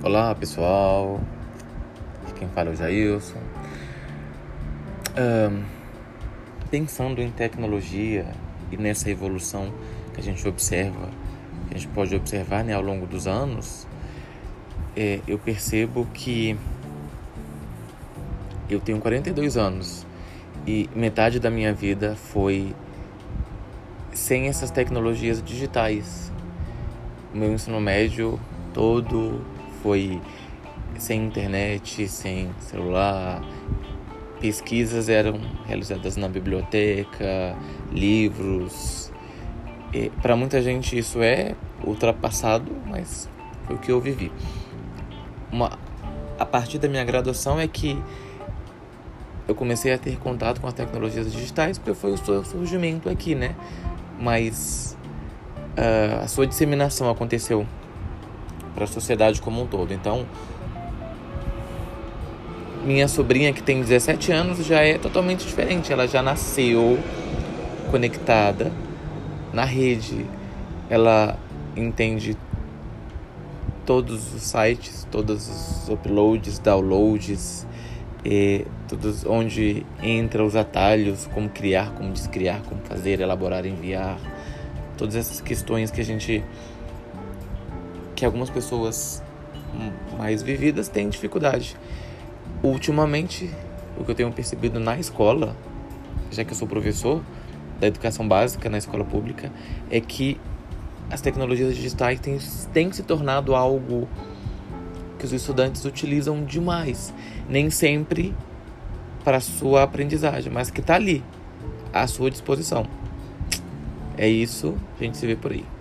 Olá pessoal, quem fala é o Jailson. Pensando em tecnologia e nessa evolução que a gente observa, que a gente pode observar, né, ao longo dos anos, eu percebo que eu tenho 42 anos e metade da minha vida foi sem essas tecnologias digitais. O meu ensino médio todo foi sem internet, sem celular. Pesquisas eram realizadas na biblioteca, livros. Para muita gente isso é ultrapassado, mas foi o que eu vivi. A partir da minha graduação é que eu comecei a ter contato com as tecnologias digitais, porque foi o seu surgimento aqui, né? Mas a sua disseminação aconteceu para a sociedade como um todo. Então, minha sobrinha, que tem 17 anos, já é totalmente diferente. Ela já nasceu conectada na rede. Ela entende todos os sites, todos os uploads, downloads, todos onde entra os atalhos, como criar, como descriar, como fazer, elaborar, enviar. Todas essas questões que algumas pessoas mais vividas têm dificuldade. Ultimamente, o que eu tenho percebido na escola, já que eu sou professor da educação básica na escola pública, é que as tecnologias digitais têm se tornado algo que os estudantes utilizam demais. Nem sempre para a sua aprendizagem, mas que está ali, à sua disposição. É isso, a gente se vê por aí.